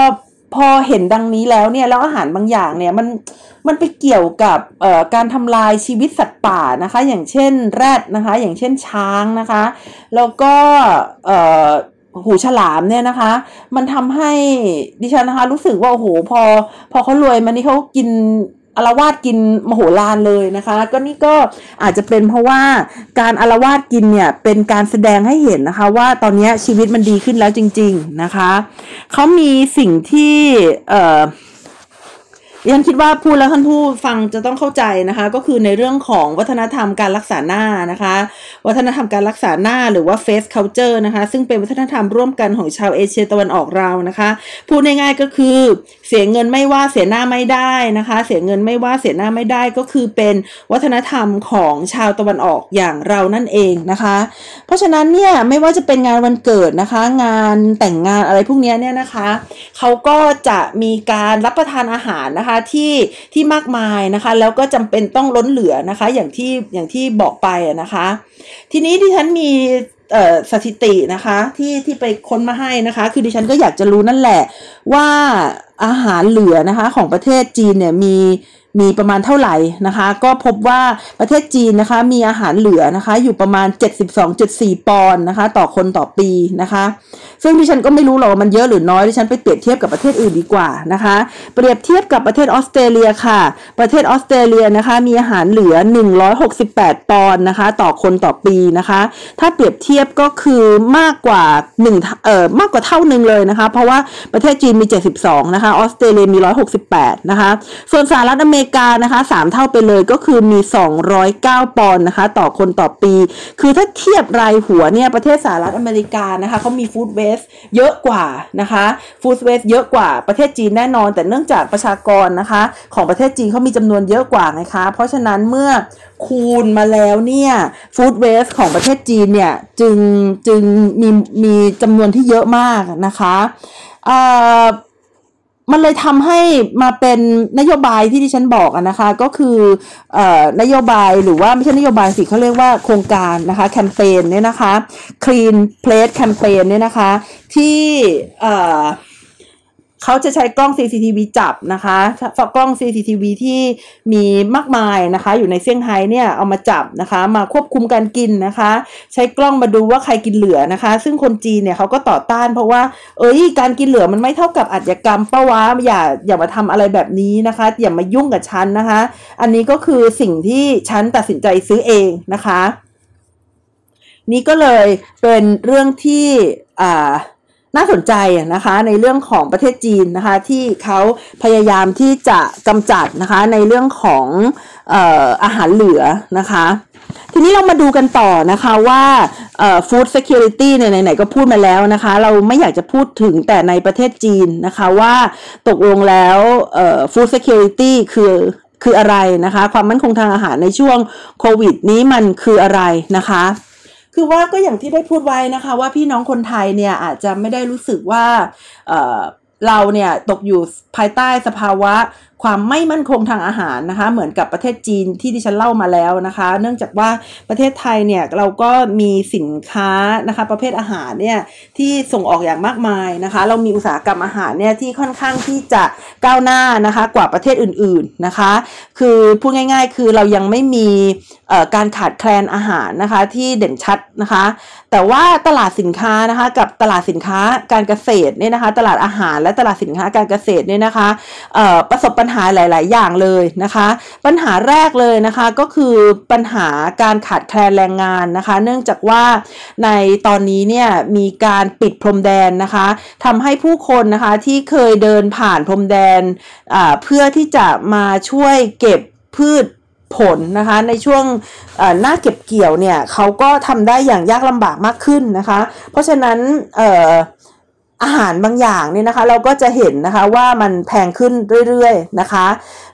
พอเห็นดังนี้แล้วเนี่ยแล้วอาหารบางอย่างเนี่ยมันมันไปเกี่ยวกับเอ่อการทำลายชีวิตสัตว์ป่านะคะอย่างเช่นแรดนะคะอย่างเช่นช้างนะคะแล้วก็เอ่อหูฉลามเนี่ยนะคะมันทำให้ดิฉันนะคะรู้สึกว่าโอ้โหพอพอเขารวยมันนี่เขากินอาละวาดกินมโหฬารเลยนะคะก็นี่ก็อาจจะเป็นเพราะว่าการอาละวาดกินเนี่ยเป็นการแสดงให้เห็นนะคะว่าตอนนี้ชีวิตมันดีขึ้นแล้วจริงๆนะคะเขามีสิ่งที่เอ่อดิฉันคิดว่าพูดแล้วท่านผู้ฟังจะต้องเข้าใจนะคะก็คือในเรื่องของวัฒนธรรมการรักษาหน้านะคะวัฒนธรรมการรักษาหน้าหรือว่า face culture นะคะซึ่งเป็นวัฒนธรรมร่วมกันของชาวเอเชียตะวันออกเรานะคะพูดง่ายๆก็คือเสียเงินไม่ว่าเสียหน้าไม่ได้นะคะเสียเงินไม่ว่าเสียหน้าไม่ได้ก็คือเป็นวัฒนธรรมของชาวตะวันออกอย่างเรานั่นเองนะคะเพราะฉะนั้นเนี่ยไม่ว่าจะเป็นงานวันเกิดนะคะงานแต่งงานอะไรพวกนี้เนี่ยนะคะเขาก็จะมีการรับประทานอาหารนะคะที่ที่มากมายนะคะแล้วก็จำเป็นต้องล้นเหลือนะคะอย่างที่อย่างที่บอกไปนะคะทีนี้ดิฉันมีเอ่อสถิตินะคะที่ที่ไปค้นมาให้นะคะคือดิฉันก็อยากจะรู้นั่นแหละว่าอาหารเหลือนะคะของประเทศจีนเนี่ยมีมีประมาณเท่าไหร่นะคะก็พบว่าประเทศจีนนะคะมีอาหารเหลือนะคะอยู่ประมาณ เจ็ดสิบสองจุดสี่ ปอนด์นะคะต่อคนต่อปีนะคะซึ่งดิฉันก็ไม่รู้หรอกว่ามันเยอะหรือน้อยดิฉันไปเปรียบเทียบกับประเทศอื่นดีกว่านะคะเปรียบเทียบกับประเทศออสเตรเลียค่ะประเทศออสเตรเลียนะคะมีอาหารเหลือหนึ่งร้อยหกสิบแปดปอนด์นะคะต่อคนต่อปีนะคะถ้าเปรียบเทียบก็คือมากกว่า1เอ่อมากกว่าเท่านึงเลยนะคะเพราะว่าประเทศจีนมีเจ็ดสิบสองนะคะออสเตรเลียมีหนึ่งร้อยหกสิบแปดนะคะส่วนสหรัฐอเมริกานะคะสามเท่าไปเลยก็คือมีสองร้อยเก้าปอนด์นะคะต่อคนต่อปีคือถ้าเทียบรายหัวเนี่ยประเทศสหรัฐอเมริกานะคะเขามีฟู้ดเวสต์เยอะกว่านะคะฟู้ดเวสต์เยอะกว่าประเทศจีนแน่นอนแต่เนื่องจากประชากรนะคะของประเทศจีนเขามีจำนวนเยอะกว่าไงคะเพราะฉะนั้นเมื่อคูณมาแล้วเนี่ยฟู้ดเวสต์ของประเทศจีนเนี่ยจึงจึงมีมีจำนวนที่เยอะมากนะคะเอ่อมันเลยทำให้มาเป็นนโยบายที่ดิฉันบอกนะคะก็คือเอ่อนโยบายหรือว่าไม่ใช่นโยบายสิเขาเรียกว่าโครงการนะคะแคมเปญเนี่ยนะคะ Clean Plate Campaign เนี่ยนะคะที่เอ่อเขาจะใช้กล้อง ซี ซี ที วี จับนะคะกล้อง ซี ซี ที วี ที่มีมากมายนะคะอยู่ในเซี่ยงไฮ้เนี่ยเอามาจับนะคะมาควบคุมการกินนะคะใช้กล้องมาดูว่าใครกินเหลือนะคะซึ่งคนจีนเนี่ยเขาก็ต่อต้านเพราะว่าเอ้ยการกินเหลือมันไม่เท่ากับอาชญากรรมป้าวะอย่าอย่ามาทำอะไรแบบนี้นะคะอย่ามายุ่งกับฉันนะคะอันนี้ก็คือสิ่งที่ฉันตัดสินใจซื้อเองนะคะนี่ก็เลยเป็นเรื่องที่อ่าน่าสนใจนะคะในเรื่องของประเทศจีนนะคะที่เขาพยายามที่จะกำจัดนะคะในเรื่องของเอ่ออาหารเหลือนะคะทีนี้เรามาดูกันต่อนะคะว่าเอ่อ food security เนี่ยไหนๆก็พูดมาแล้วนะคะเราไม่อยากจะพูดถึงแต่ในประเทศจีนนะคะว่าตกลงแล้วเอ่อ food security คือคืออะไรนะคะความมั่นคงทางอาหารในช่วงโควิดนี้มันคืออะไรนะคะคือว่าก็อย่างที่ได้พูดไว้นะคะว่าพี่น้องคนไทยเนี่ยอาจจะไม่ได้รู้สึกว่าเอ่อเราเนี่ยตกอยู่ภายใต้สภาวะความไม่มั่นคงทางอาหารนะคะเหมือนกับประเทศจีนที่ดิฉันเล่ามาแล้วนะคะเนื่องจากว่าประเทศไทยเนี่ยเราก็มีสินค้านะคะประเภทอาหารเนี่ยที่ส่งออกอย่างมากมายนะคะเรามีอุตสาหกรรมอาหารเนี่ยที่ค่อนข้างที่จะก้าวหน้านะคะกว่าประเทศอื่นๆนะคะคือพูดง่ายๆคือเรายังไม่มีเอ่อการขาดแคลนอาหารนะคะที่เด่นชัดนะคะแต่ว่าตลาดสินค้านะคะกับตลาดสินค้าการเกษตรเนี่ยนะคะตลาดอาหารและตลาดสินค้าการเกษตรเนี่ยนะคะเอ่อประสบปัญหาหลายๆอย่างเลยนะคะปัญหาแรกเลยนะคะก็คือปัญหาการขาดแคลนแรงงานนะคะเนื่องจากว่าในตอนนี้เนี่ยมีการปิดพรมแดนนะคะทำให้ผู้คนนะคะที่เคยเดินผ่านพรมแดนอ่าเพื่อที่จะมาช่วยเก็บพืชผลนะคะในช่วงหน้าเก็บเกี่ยวเนี่ยเขาก็ทำได้อย่างยากลำบากมากขึ้นนะคะเพราะฉะนั้นเอ่ออาหารบางอย่างเนี่ยนะคะเราก็จะเห็นนะคะว่ามันแพงขึ้นเรื่อยๆนะคะ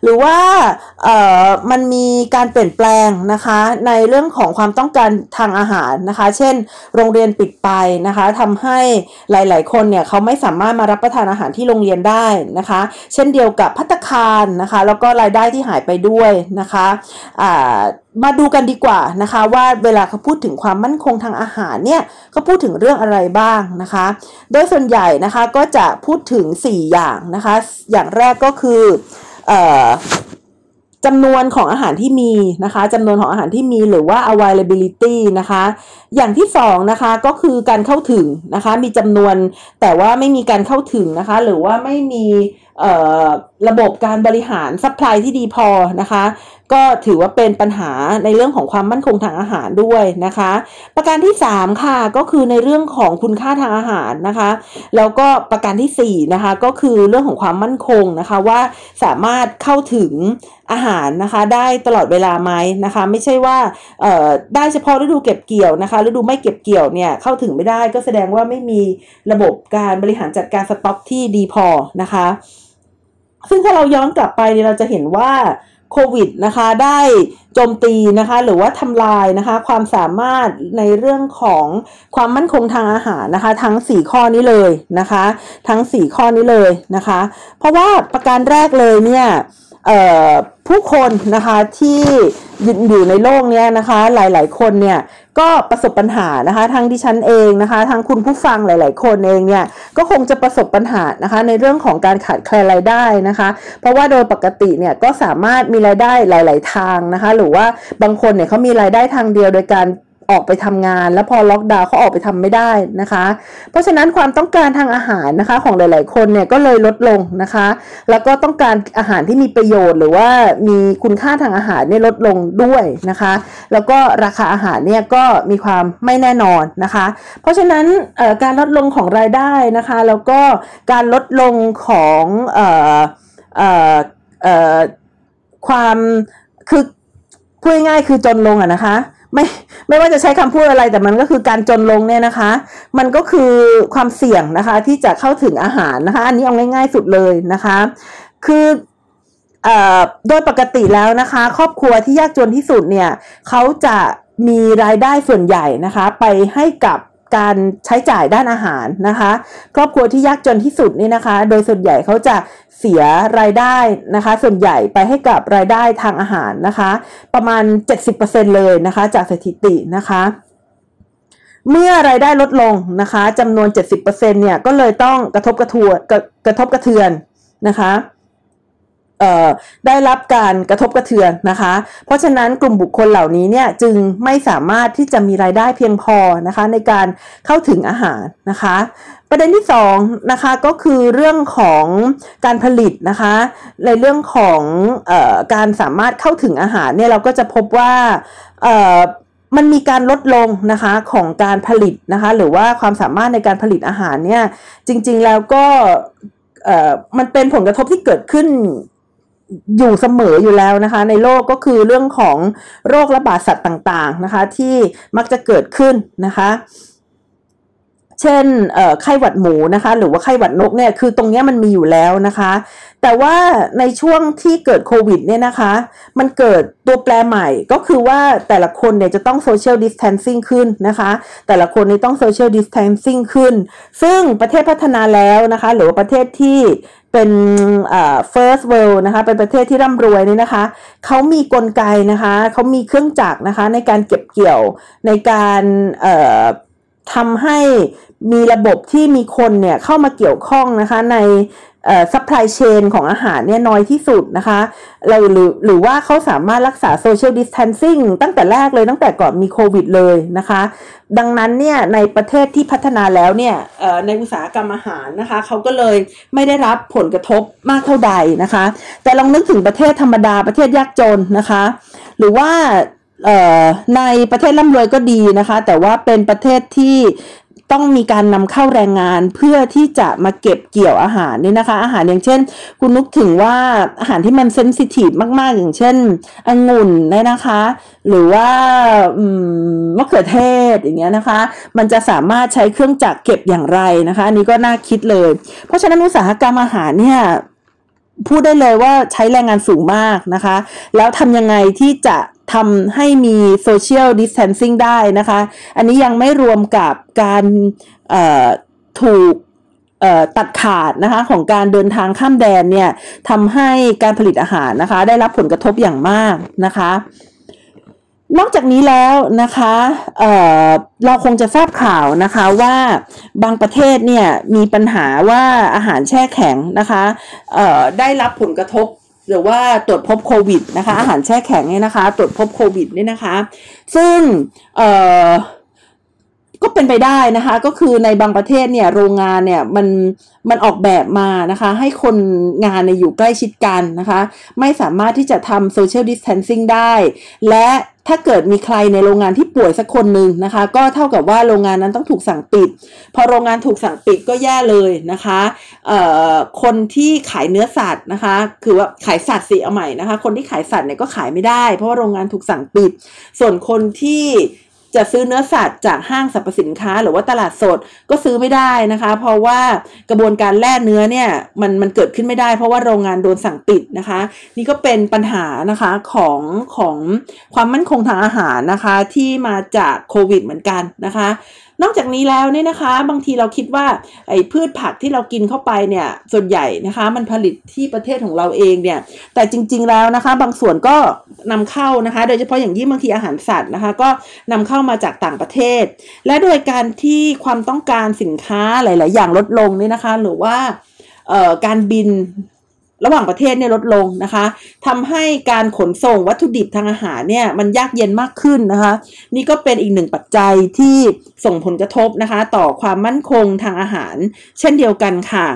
หรือว่าเอ่อมันมีการเปลี่ยนแปลงนะคะในเรื่องของความต้องการทางอาหารนะคะเช่นโรงเรียนปิดไปนะคะทำให้หลายๆคนเนี่ยเขาไม่สามารถมารับประทานอาหารที่โรงเรียนได้นะคะเช่นเดียวกับภัตตาคารนะคะแล้วก็รายได้ที่หายไปด้วยนะคะอ่ามาดูกันดีกว่านะคะว่าเวลาเขาพูดถึงความมั่นคงทางอาหารเนี่ยเขาพูดถึงเรื่องอะไรบ้างนะคะโดยส่วนใหญ่นะคะก็จะพูดถึงสี่อย่างนะคะอย่างแรกก็คือเอ่อจำนวนของอาหารที่มีนะคะจำนวนของอาหารที่มีหรือว่า availability นะคะอย่างที่สองนะคะก็คือการเข้าถึงนะคะมีจำนวนแต่ว่าไม่มีการเข้าถึงนะคะหรือว่าไม่มีระบบการบริหารซัพพลายที่ดีพอนะคะก็ถือว่าเป็นปัญหาในเรื่องของความมั่นคงทางอาหารด้วยนะคะประการที่สามค่ะก็คือในเรื่องของคุณค่าทางอาหารนะคะแล้วก็ประการที่สี่นะคะก็คือเรื่องของความมั่นคงนะคะว่าสามารถเข้าถึงอาหารนะคะได้ตลอดเวลาไหมนะคะไม่ใช่ว่าเอ่อได้เฉพาะฤดูเก็บเกี่ยวนะคะฤดูไม่เก็บเกี่ยวเนี่ยเข้าถึงไม่ได้ก็แสดงว่าไม่มีระบบการบริหารจัดการสต็อกที่ดีพอนะคะซึ่งถ้าเราย้อนกลับไปเราจะเห็นว่าโควิดนะคะได้โจมตีนะคะหรือว่าทำลายนะคะความสามารถในเรื่องของความมั่นคงทางอาหารนะคะทั้งสี่ข้อนี้เลยนะคะทั้งสี่ข้อนี้เลยนะคะเพราะว่าประการแรกเลยเนี่ยผู้คนนะคะที่อยู่ในโลกนี้นะคะหลายๆคนเนี่ยก็ประสบปัญหานะคะทั้งดิฉันเองนะคะทั้งคุณผู้ฟังหลายๆคนเองเนี่ยก็คงจะประสบปัญหานะคะในเรื่องของการขาดแคลนรายได้นะคะเพราะว่าโดยปกติเนี่ยก็สามารถมีรายได้หลายๆทางนะคะหรือว่าบางคนเนี่ยเขามีรายได้ทางเดียวโดยการออกไปทำงานแล้วพอล็อกดาวน์เขาออกไปทำไม่ได้นะคะเพราะฉะนั้นความต้องการทางอาหารนะคะของหลายๆคนเนี่ยก็เลยลดลงนะคะแล้วก็ต้องการอาหารที่มีประโยชน์หรือว่ามีคุณค่าทางอาหารเนี่ยลดลงด้วยนะคะแล้วก็ราคาอาหารเนี่ยก็มีความไม่แน่นอนนะคะเพราะฉะนั้นการลดลงของรายได้นะคะแล้วก็การลดลงของเอ่อเอ่อเอ่อความคือพูดง่ายๆคือจนลงอะนะคะไม่ไม่ว่าจะใช้คำพูดอะไรแต่มันก็คือการจนลงเนี่ยนะคะมันก็คือความเสี่ยงนะคะที่จะเข้าถึงอาหารนะคะอันนี้เอาง่ายๆสุดเลยนะคะคือเอ่อโดยปกติแล้วนะคะครอบครัวที่ยากจนที่สุดเนี่ยเขาจะมีรายได้ส่วนใหญ่นะคะไปให้กับการใช้จ่ายด้านอาหารนะคะครอบครัวที่ยากจนที่สุดนี่นะคะโดยส่วนใหญ่เขาจะเสียรายได้นะคะส่วนใหญ่ไปให้กับรายได้ทางอาหารนะคะประมาณ เจ็ดสิบเปอร์เซ็นต์ เลยนะคะจากสถิตินะคะเมื่อรายได้ลดลงนะคะจำนวน เจ็ดสิบเปอร์เซ็นต์ เนี่ยก็เลยต้องกระทบกระทวนกระทบกระเทือนนะคะเอ่อได้รับการกระทบกระเทือนนะคะเพราะฉะนั้นกลุ่มบุคคลเหล่านี้เนี่ยจึงไม่สามารถที่จะมีรายได้เพียงพอนะคะในการเข้าถึงอาหารนะคะประเด็นที่สองนะคะก็คือเรื่องของการผลิตนะคะในเรื่องของเอ่อการสามารถเข้าถึงอาหารเนี่ยเราก็จะพบว่าเอ่อมันมีการลดลงนะคะของการผลิตนะคะหรือว่าความสามารถในการผลิตอาหารเนี่ยจริงๆแล้วก็เอ่อมันเป็นผลกระทบที่เกิดขึ้นอยู่เสมออยู่แล้วนะคะในโลกก็คือเรื่องของโรคระบาดสัตว์ต่างๆนะคะที่มักจะเกิดขึ้นนะคะเช่นไข้หวัดหมูนะคะหรือว่าไข้หวัดนกเนี่ยคือตรงนี้มันมีอยู่แล้วนะคะแต่ว่าในช่วงที่เกิดโควิดเนี่ยนะคะมันเกิดตัวแปรใหม่ก็คือว่าแต่ละคนเนี่ยจะต้อง social distancing ขึ้นนะคะแต่ละคนเนี่ยต้อง social distancing ขึ้นซึ่งประเทศพัฒนาแล้วนะคะหรือว่าประเทศที่เป็นเอ่อ first world นะคะเป็นประเทศที่ร่ำรวยนี่นะคะเขามีกลไกนะคะเขามีเครื่องจักรนะคะในการเก็บเกี่ยวในการเอ่อทำให้มีระบบที่มีคนเนี่ยเข้ามาเกี่ยวข้องนะคะในเอ่อ supply chain ของอาหารเนี่ยน้อยที่สุดนะคะเราหรือหรือว่าเขาสามารถรักษา social distancing ตั้งแต่แรกเลยตั้งแต่ก่อนมีโควิดเลยนะคะดังนั้นเนี่ยในประเทศที่พัฒนาแล้วเนี่ยเอ่อในอุตสาหกรรมอาหารนะคะเขาก็เลยไม่ได้รับผลกระทบมากเท่าใดนะคะแต่ลองนึกถึงประเทศธรรมดาประเทศยากจนนะคะหรือว่าเอ่อในประเทศร่ำรวยก็ดีนะคะแต่ว่าเป็นประเทศที่ต้องมีการนำเข้าแรงงานเพื่อที่จะมาเก็บเกี่ยวอาหารนี่นะคะอาหารอย่างเช่นคุณนึกถึงว่าอาหารที่มันเซนซิทีฟมากๆอย่างเช่นองุ่นเนี่ยนะคะหรือว่ามะเขือเทศอย่างเงี้ยนะคะมันจะสามารถใช้เครื่องจักรเก็บอย่างไรนะคะอันนี้ก็น่าคิดเลยเพราะฉะนั้นอุตสาหกรรมอาหารเนี่ยพูดได้เลยว่าใช้แรงงานสูงมากนะคะแล้วทำยังไงที่จะทำให้มี social distancing ได้นะคะอันนี้ยังไม่รวมกับการถูกตัดขาดนะคะของการเดินทางข้ามแดนเนี่ยทำให้การผลิตอาหารนะคะได้รับผลกระทบอย่างมากนะคะนอกจากนี้แล้วนะคะเอ่อเราคงจะทราบข่าวนะคะว่าบางประเทศเนี่ยมีปัญหาว่าอาหารแช่แข็งนะคะเอ่อได้รับผลกระทบหรือว่าตรวจพบโควิดนะคะอาหารแช่แข็งเนี่ยนะคะตรวจพบโควิดเนี่ยนะคะซึ่งเอ่อก็เป็นไปได้นะคะก็คือในบางประเทศเนี่ยโรงงานเนี่ยมันมันออกแบบมานะคะให้คนงานเนี่ยอยู่ใกล้ชิดกันนะคะไม่สามารถที่จะทำ social distancing ได้และถ้าเกิดมีใครในโรงงานที่ป่วยสักคนหนึ่งนะคะก็เท่ากับว่าโรงงานนั้นต้องถูกสั่งปิดพอโรงงานถูกสั่งปิดก็แย่เลยนะคะเอ่อคนที่ขายเนื้อสัตว์นะคะคือว่าขายสัตว์สิเอาใหม่นะคะคนที่ขายสัตว์เนี่ยก็ขายไม่ได้เพราะว่าโรงงานถูกสั่งปิดส่วนคนที่จะซื้อเนื้อสัตว์จากห้างสรรพสินค้าหรือว่าตลาดสดก็ซื้อไม่ได้นะคะเพราะว่ากระบวนการแล่เนื้อเนี่ยมันมันเกิดขึ้นไม่ได้เพราะว่าโรงงานโดนสั่งปิดนะคะนี่ก็เป็นปัญหานะคะของของความมั่นคงทางอาหารนะคะที่มาจากโควิดเหมือนกันนะคะนอกจากนี้แล้วเนี่ยนะคะบางทีเราคิดว่าไอ้พืชผักที่เรากินเข้าไปเนี่ยส่วนใหญ่นะคะมันผลิตที่ประเทศของเราเองเนี่ยแต่จริงๆแล้วนะคะบางส่วนก็นำเข้านะคะโดยเฉพาะอย่างยิ่งบางทีอาหารสัตว์นะคะก็นำเข้ามาจากต่างประเทศและโดยการที่ความต้องการสินค้าหลายๆอย่างลดลงเนี่ยนะคะหรือว่าเอ่อการบินระหว่างประเทศเนี่ยลดลงนะคะทำให้การขนส่งวัตถุดิบทางอาหารเนี่ยมันยากเย็นมากขึ้นนะคะนี่ก็เป็นอีกหนึ่งปัจจัยที่ส่งผลกระทบนะคะต่อความมั่นคงทางอาหารเช่นเดียวกันค่ะ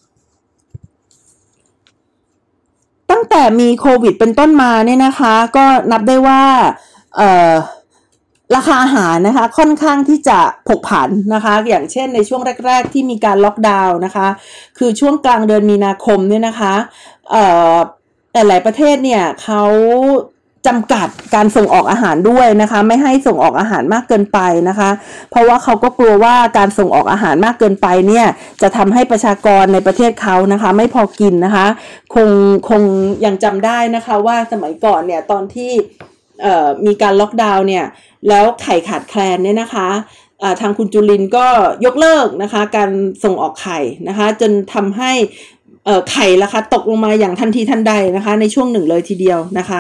ตั้งแต่มีโควิดเป็นต้นมาเนี่ยนะคะก็นับได้ว่าเอ่อราคาอาหารนะคะค่อนข้างที่จะผกผันนะคะอย่างเช่นในช่วงแรกๆที่มีการล็อกดาวน์นะคะคือช่วงกลางเดือนมีนาคมเนี่ยนะคะเอ่อหลายประเทศเนี่ยเขาจำกัดการส่งออกอาหารด้วยนะคะไม่ให้ส่งออกอาหารมากเกินไปนะคะเพราะว่าเขาก็กลัวว่าการส่งออกอาหารมากเกินไปเนี่ยจะทำให้ประชากรในประเทศเขานะคะไม่พอกินนะคะคงคงยังจำได้นะคะว่าสมัยก่อนเนี่ยตอนที่เอ่อมีการล็อกดาวน์เนี่ยแล้วไข่ขาดแคลนเนี่ยนะคะทางคุณจุลินก็ยกเลิกนะคะการส่งออกไข่นะคะจนทำให้ไข่ราคาตกลงมาอย่างทันทีทันใดนะคะในช่วงหนึ่งเลยทีเดียวนะคะ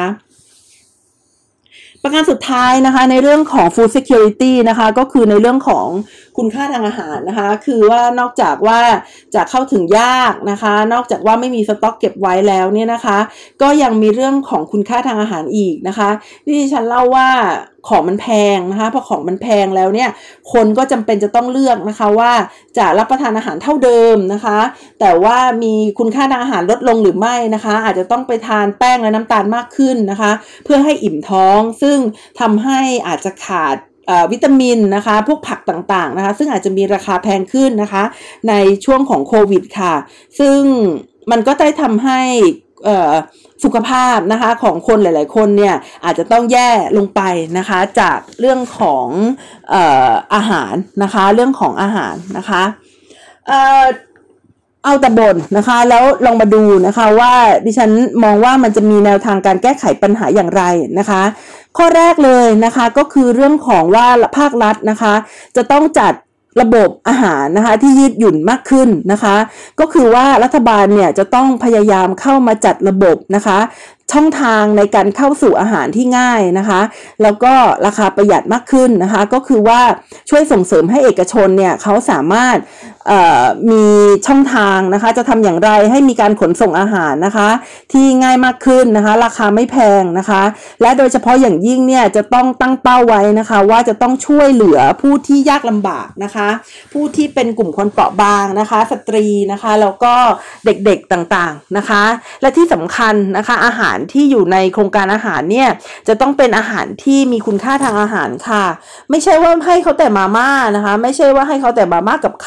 ประการสุดท้ายนะคะในเรื่องของ food security นะคะก็คือในเรื่องของคุณค่าทางอาหารนะคะคือว่านอกจากว่าจะเข้าถึงยากนะคะนอกจากว่าไม่มีสต็อกเก็บไว้แล้วเนี่ยนะคะก็ยังมีเรื่องของคุณค่าทางอาหารอีกนะคะที่ฉันเล่าว่าของมันแพงนะคะพอของมันแพงแล้วเนี่ยคนก็จำเป็นจะต้องเลือกนะคะว่าจะรับประทานอาหารเท่าเดิมนะคะแต่ว่ามีคุณค่าทางอาหารลดลงหรือไม่นะคะอาจจะต้องไปทานแป้งและน้ำตาลมากขึ้นนะคะเพื่อให้อิ่มท้องซึ่งทำให้อาจจะขาดวิตามินนะคะพวกผักต่างๆนะคะซึ่งอาจจะมีราคาแพงขึ้นนะคะในช่วงของโควิดค่ะซึ่งมันก็ได้ทำให้สุขภาพนะคะของคนหลายๆคนเนี่ยอาจจะต้องแย่ลงไปนะคะจากเรื่องของเอ่ออาหารนะคะเรื่องของอาหารนะคะเอ่อเอาแต่บ่นนะคะแล้วลองมาดูนะคะว่าดิฉันมองว่ามันจะมีแนวทางการแก้ไขปัญหาอย่างไรนะคะข้อแรกเลยนะคะก็คือเรื่องของว่าภาครัฐนะคะจะต้องจัดระบบอาหารนะคะที่ยืดหยุ่นมากขึ้นนะคะก็คือว่ารัฐบาลเนี่ยจะต้องพยายามเข้ามาจัดระบบนะคะช่องทางในการเข้าสู่อาหารที่ง่ายนะคะแล้วก็ราคาประหยัดมากขึ้นนะคะก็คือว่าช่วยส่งเสริมให้เอกชนเนี่ยเขาสามารถมีช่องทางนะคะจะทำอย่างไรให้มีการขนส่งอาหารนะคะที่ง่ายมากขึ้นนะคะราคาไม่แพงนะคะและโดยเฉพาะอย่างยิ่งเนี่ยจะต้องตั้งเป้าไว้นะคะว่าจะต้องช่วยเหลือผู้ที่ยากลำบากนะคะผู้ที่เป็นกลุ่มคนเปราะบางนะคะสตรีนะคะแล้วก็เด็กๆต่างๆนะคะและที่สำคัญนะคะอาหารที่อยู่ในโครงการอาหารเนี่ยจะต้องเป็นอาหารที่มีคุณค่าทางอาหารค่ะไม่ใช่ว่าให้เขาแต่มาม่านะคะไม่ใช่ว่าให้เขาแต่มาม่ากับไข่นะคะ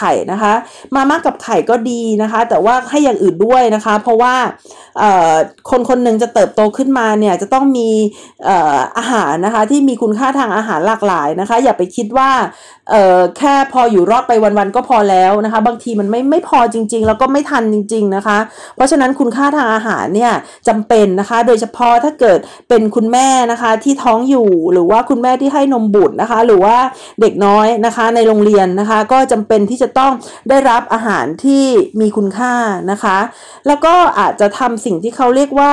นะคะมาม่ากับไข่ก็ดีนะคะแต่ว่าให้อย่างอื่นด้วยนะคะเพราะว่าคนคนหนึ่งจะเติบโตขึ้นมาเนี่ยจะต้องมีอาหารนะคะที่มีคุณค่าทางอาหารหลากหลายนะคะอย่าไปคิดว่าแค่พออยู่รอดไปวันๆก็พอแล้วนะคะบางทีมันไม่ไม่พอจริงๆแล้วก็ไม่ทันจริงๆนะคะเพราะฉะนั้นคุณค่าทางอาหารเนี่ยจำเป็นนะคะโดยเฉพาะถ้าเกิดเป็นคุณแม่นะคะที่ท้องอยู่หรือว่าคุณแม่ที่ให้นมบุตรนะคะหรือว่าเด็กน้อยนะคะในโรงเรียนนะคะก็จำเป็นที่จะต้องได้รับอาหารที่มีคุณค่านะคะแล้วก็อาจจะทำสิ่งที่เขาเรียกว่า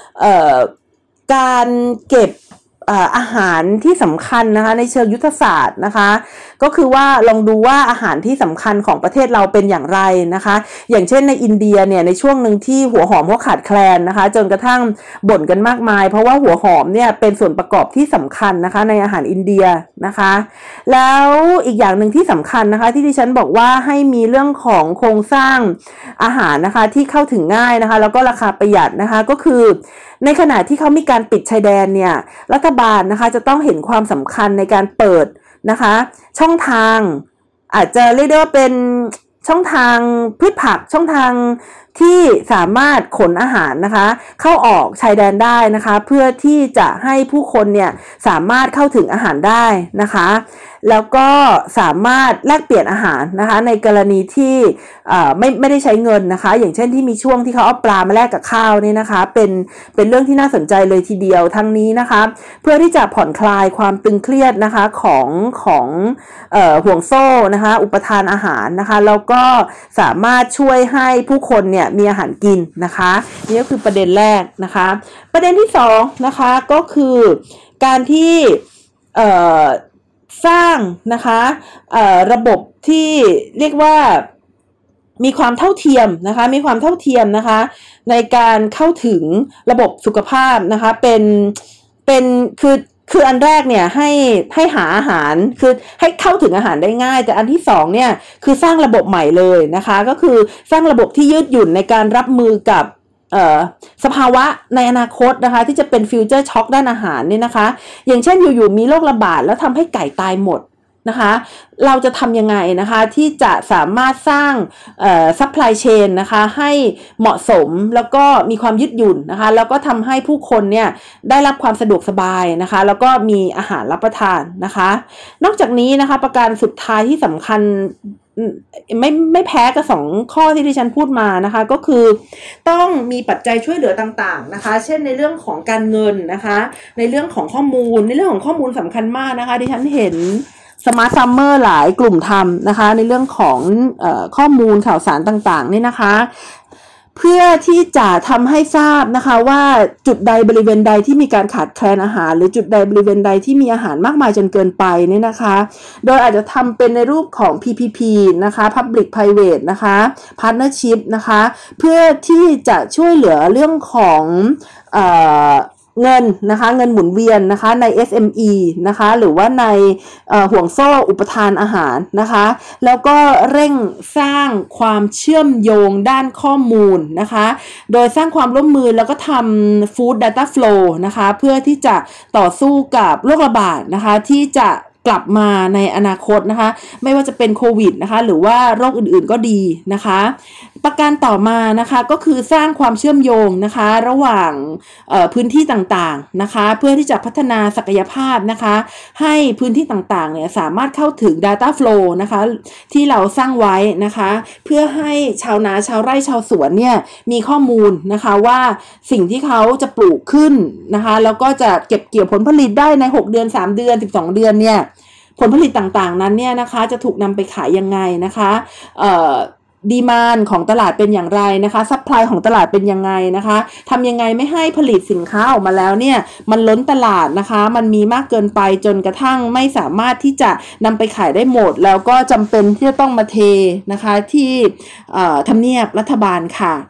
การเก็บอาหารที่สำคัญนะคะในเชิงยุทธศาสตร์นะคะก็คือว่าลองดูว่าอาหารที่สำคัญของประเทศเราเป็นอย่างไรนะคะอย่างเช่นในอินเดียเนี่ยในช่วงหนึ่งที่หัวหอมเขาขาดแคลนนะคะจนกระทั่งบ่นกันมากมายเพราะว่าหัวหอมเนี่ยเป็นส่วนประกอบที่สำคัญนะคะในอาหารอินเดียนะคะแล้วอีกอย่างหนึ่งที่สำคัญนะคะที่ดิฉันบอกว่าให้มีเรื่องของโครงสร้างอาหารนะคะที่เข้าถึงง่ายนะคะแล้วก็ราคาประหยัดนะคะก็คือในขณะที่เขามีการปิดชายแดนเนี่ยรัฐบาลนะคะจะต้องเห็นความสำคัญในการเปิดนะคะช่องทางอาจจะเรียกได้ว่าเป็นช่องทางพืชผักช่องทางที่สามารถขนอาหารนะคะเข้าออกชายแดนได้นะคะเพื่อที่จะให้ผู้คนเนี่ยสามารถเข้าถึงอาหารได้นะคะแล้วก็สามารถแลกเปลี่ยนอาหารนะคะในกรณีที่ไม่ไม่ได้ใช้เงินนะคะอย่างเช่นที่มีช่วงที่เขาเอาปลามาแลกกับข้าวนี่นะคะเป็นเป็นเรื่องที่น่าสนใจเลยทีเดียวทั้งนี้นะคะเพื่อที่จะผ่อนคลายความตึงเครียดนะคะของของเอ่อห่วงโซ่นะคะอุปทานอาหารนะคะแล้วก็สามารถช่วยให้ผู้คนเนี่ยมีอาหารกินนะคะนี่ก็คือประเด็นแรกนะคะประเด็นที่สองนะคะก็คือการที่เอ่อสร้างนะคะระบบที่เรียกว่ามีความเท่าเทียมนะคะมีความเท่าเทียมนะคะในการเข้าถึงระบบสุขภาพนะคะเป็นเป็นคือคืออันแรกเนี่ยให้ให้หาอาหารคือให้เข้าถึงอาหารได้ง่ายแต่อันที่สองเนี่ยคือสร้างระบบใหม่เลยนะคะก็คือสร้างระบบที่ยืดหยุ่นในการรับมือกับสภาวะในอนาคตนะคะที่จะเป็นฟิวเจอร์ช็อคด้านอาหารเนี่ยนะคะอย่างเช่นอยู่ๆมีโรคระบาดแล้วทำให้ไก่ตายหมดนะคะเราจะทำยังไงนะคะที่จะสามารถสร้างซัพพลายเชนนะคะให้เหมาะสมแล้วก็มีความยืดหยุ่นนะคะแล้วก็ทำให้ผู้คนเนี่ยได้รับความสะดวกสบายนะคะแล้วก็มีอาหารรับประทานนะคะนอกจากนี้นะคะประการสุดท้ายที่สำคัญไม่ไม่แพ้กับสองข้อที่ดิฉันพูดมานะคะก็คือต้องมีปัจจัยช่วยเหลือต่างๆนะคะเช่นในเรื่องของการเงินนะคะในเรื่องของข้อมูลในเรื่องของข้อมูลสำคัญมากนะคะดิฉันเห็นสมาร์ทฟาร์มเมอร์หลายกลุ่มทำนะคะในเรื่องของเอ่อข้อมูลข่าวสารต่างๆนี่นะคะเพื่อที่จะทำให้ทราบนะคะว่าจุดใดบริเวณใดที่มีการขาดแคลนอาหารหรือจุดใดบริเวณใดที่มีอาหารมากมายจนเกินไปเนี่ยนะคะโดยอาจจะทำเป็นในรูปของ พี พี พี นะคะ Public Private นะคะ Partnership นะคะเพื่อที่จะช่วยเหลือเรื่องของเอ่อเงินนะคะเงินหมุนเวียนนะคะใน เอส เอ็ม อี นะคะหรือว่าในห่วงโซ่อุปทานอาหารนะคะแล้วก็เร่งสร้างความเชื่อมโยงด้านข้อมูลนะคะโดยสร้างความร่วมมือแล้วก็ทำ Food Data Flow นะคะเพื่อที่จะต่อสู้กับโรคระบาดนะคะที่จะกลับมาในอนาคตนะคะไม่ว่าจะเป็นโควิดนะคะหรือว่าโรคอื่นๆก็ดีนะคะประการต่อมานะคะก็คือสร้างความเชื่อมโยงนะคะระหว่างพื้นที่ต่างๆนะคะเพื่อที่จะพัฒนาศักยภาพนะคะให้พื้นที่ต่างๆเนี่ยสามารถเข้าถึง Data Flow นะคะที่เราสร้างไว้นะคะเพื่อให้ชาวนาชาวไร่ชาวสวนเนี่ยมีข้อมูลนะคะว่าสิ่งที่เขาจะปลูกขึ้นนะคะแล้วก็จะเก็บเกี่ยวผลผลิตได้ในหกเดือนสามเดือนสิบสองเดือนเนี่ยผลผลิตต่างๆนั้นเนี่ยนะคะจะถูกนำไปขายยังไงนะคะเอ่อดีมานด์ของตลาดเป็นอย่างไรนะคะซัพพลายของตลาดเป็นยังไงนะคะทำยังไงไม่ให้ผลิตสินค้าออกมาแล้วเนี่ยมันล้นตลาดนะคะมันมีมากเกินไปจนกระทั่งไม่สามารถที่จะนำไปขายได้หมดแล้วก็จำเป็นที่จะต้องมาเทนะคะที่ทำเนียบรัฐบาลค่ะ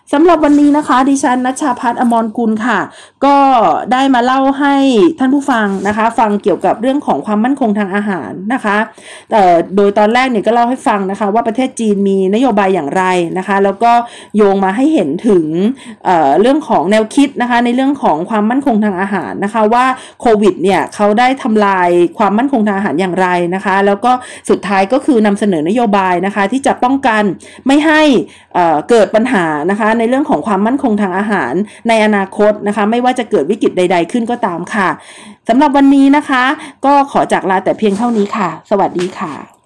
สำหรับวันนี้นะคะดิฉันณัชชาภัทร อมรกุลค่ะก็ได้มาเล่าให้ท่านผู้ฟังนะคะฟังเกี่ยวกับเรื่องของความมั่นคงทางอาหารนะคะเอ่อโดยตอนแรกเนี่ยก็เล่าให้ฟังนะคะว่าประเทศจีนมีนโยบายอย่างไรนะคะแล้วก็โยงมาให้เห็นถึงเอ่อเรื่องของแนวคิดนะคะในเรื่องของความมั่นคงทางอาหารนะคะว่าโควิดเนี่ยเขาได้ทำลายความมั่นคงทางอาหารอย่างไรนะคะแล้วก็สุดท้ายก็คือนำเสนอนโยบายนะคะที่จะป้องกันไม่ให้เอ่อเกิดปัญหานะคะในเรื่องของความมั่นคงทางอาหารในอนาคตนะคะไม่ว่าจะเกิดวิกฤตใดๆขึ้นก็ตามค่ะสำหรับวันนี้นะคะก็ขอจากลาแต่เพียงเท่านี้ค่ะสวัสดีค่ะ